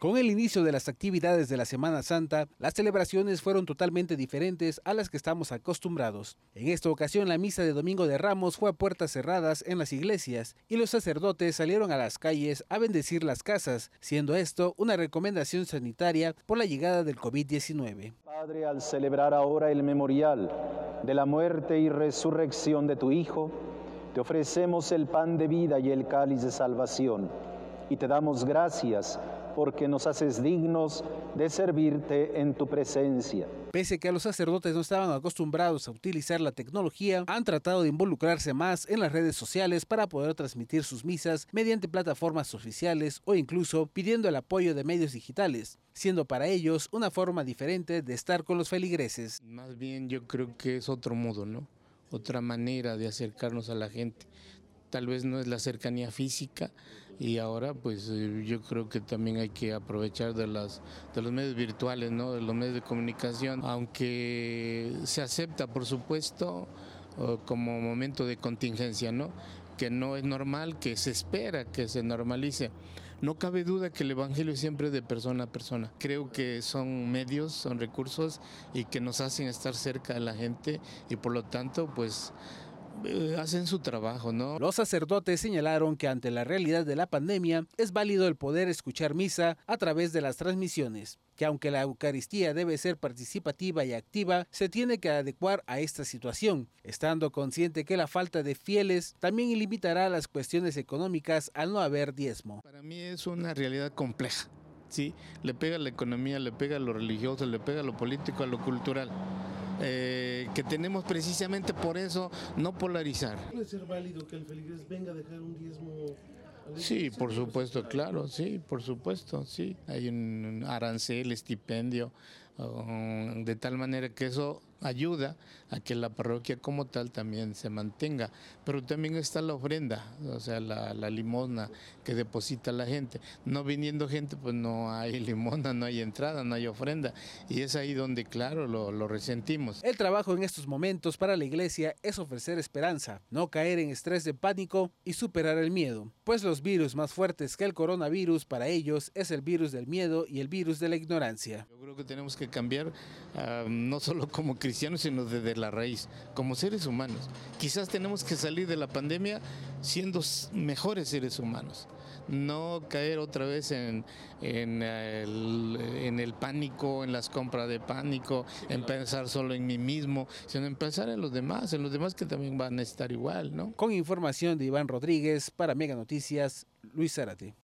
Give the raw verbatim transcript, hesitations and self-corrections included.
Con el inicio de las actividades de la Semana Santa, las celebraciones fueron totalmente diferentes a las que estamos acostumbrados. En esta ocasión, la misa de Domingo de Ramos fue a puertas cerradas en las iglesias y los sacerdotes salieron a las calles a bendecir las casas, siendo esto una recomendación sanitaria por la llegada del COVID diecinueve. Padre, al celebrar ahora el memorial de la muerte y resurrección de tu Hijo, te ofrecemos el pan de vida y el cáliz de salvación, y te damos gracias porque nos haces dignos de servirte en tu presencia. Pese a que los sacerdotes no estaban acostumbrados a utilizar la tecnología, han tratado de involucrarse más en las redes sociales para poder transmitir sus misas mediante plataformas oficiales o incluso pidiendo el apoyo de medios digitales, siendo para ellos una forma diferente de estar con los feligreses. Más bien yo creo que es otro modo, ¿no? Otra manera de acercarnos a la gente. Tal vez no es la cercanía física y ahora pues yo creo que también hay que aprovechar de, las, de los medios virtuales, ¿no? De los medios de comunicación, aunque se acepta por supuesto como momento de contingencia, ¿no? Que no es normal, que se espera que se normalice. No cabe duda que el evangelio siempre es de persona a persona. Creo que son medios, son recursos y que nos hacen estar cerca de la gente y por lo tanto pues hacen su trabajo, ¿no? Los sacerdotes señalaron que ante la realidad de la pandemia es válido el poder escuchar misa a través de las transmisiones, que aunque la Eucaristía debe ser participativa y activa, se tiene que adecuar a esta situación, estando consciente que la falta de fieles también limitará las cuestiones económicas al no haber diezmo. Para mí es una realidad compleja, ¿sí? Le pega a la economía, le pega a lo religioso, le pega a lo político, a lo cultural. Eh, que tenemos precisamente por eso no polarizar. ¿Puede ser válido que el feligrés venga a dejar un diezmo? Sí, por supuesto, claro, sí, por supuesto, sí. Hay un arancel, estipendio, um, de tal manera que eso ayuda a que la parroquia como tal también se mantenga. Pero también está la ofrenda, o sea, la, la limosna que deposita la gente. No viniendo gente, pues no hay limosna, no hay entrada, no hay ofrenda. Y es ahí donde, claro, lo, lo resentimos. El trabajo en estos momentos para la iglesia es ofrecer esperanza, no caer en estrés de pánico y superar el miedo, pues los virus más fuertes que el coronavirus para ellos es el virus del miedo y el virus de la ignorancia. Yo creo que tenemos que cambiar, uh, no solo como cristianos, sino desde la raíz, como seres humanos. Quizás tenemos que salir de la pandemia siendo mejores seres humanos, no caer otra vez en, en, el, en el pánico, en las compras de pánico, en pensar solo en mí mismo, sino en pensar en los demás, en los demás que también van a estar igual, ¿no? Con información de Iván Rodríguez, para Mega Noticias, Luis Zárate.